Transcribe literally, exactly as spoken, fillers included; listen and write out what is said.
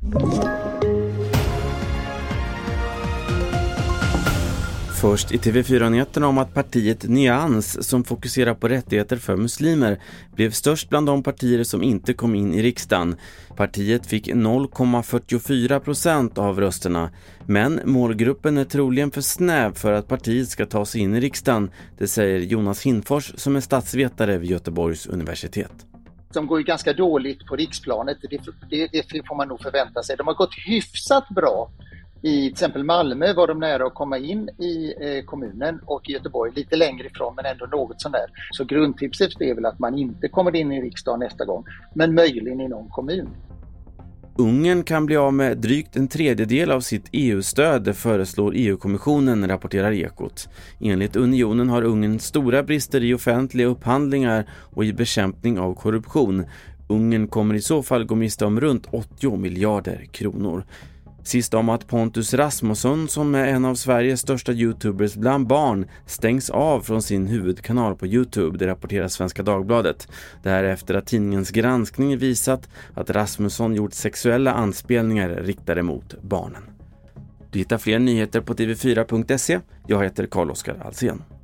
Först i T V fyra-nyheterna om att partiet Nyans, som fokuserar på rättigheter för muslimer, blev störst bland de partier som inte kom in i riksdagen. Partiet fick noll komma fyrtiofyra procent av rösterna, men målgruppen är troligen för snäv för att partiet ska ta sig in i riksdagen. Det säger Jonas Hinfors som är statsvetare vid Göteborgs universitet. De går ju ganska dåligt på riksplanet, det, det, det får man nog förvänta sig. De har gått hyfsat bra. I till exempel Malmö var de nära att komma in i eh, kommunen, och i Göteborg lite längre ifrån, men ändå något sån där. Så grundtipset är väl att man inte kommer in i riksdagen nästa gång, men möjligen i någon kommun. Ungern kan bli av med drygt en tredjedel av sitt E U-stöd, föreslår E U-kommissionen, rapporterar Ekot. Enligt unionen har Ungern stora brister i offentliga upphandlingar och i bekämpning av korruption. Ungern kommer i så fall gå miste om runt åttio miljarder kronor. Sist om att Pontus Rasmusson, som är en av Sveriges största YouTubers bland barn, stängs av från sin huvudkanal på YouTube, det rapporterar Svenska Dagbladet. Det här efter att tidningens granskning visat att Rasmusson gjort sexuella anspelningar riktade mot barnen. Du hittar fler nyheter på t v fyra punkt se. Jag heter Carl-Oskar Alsen.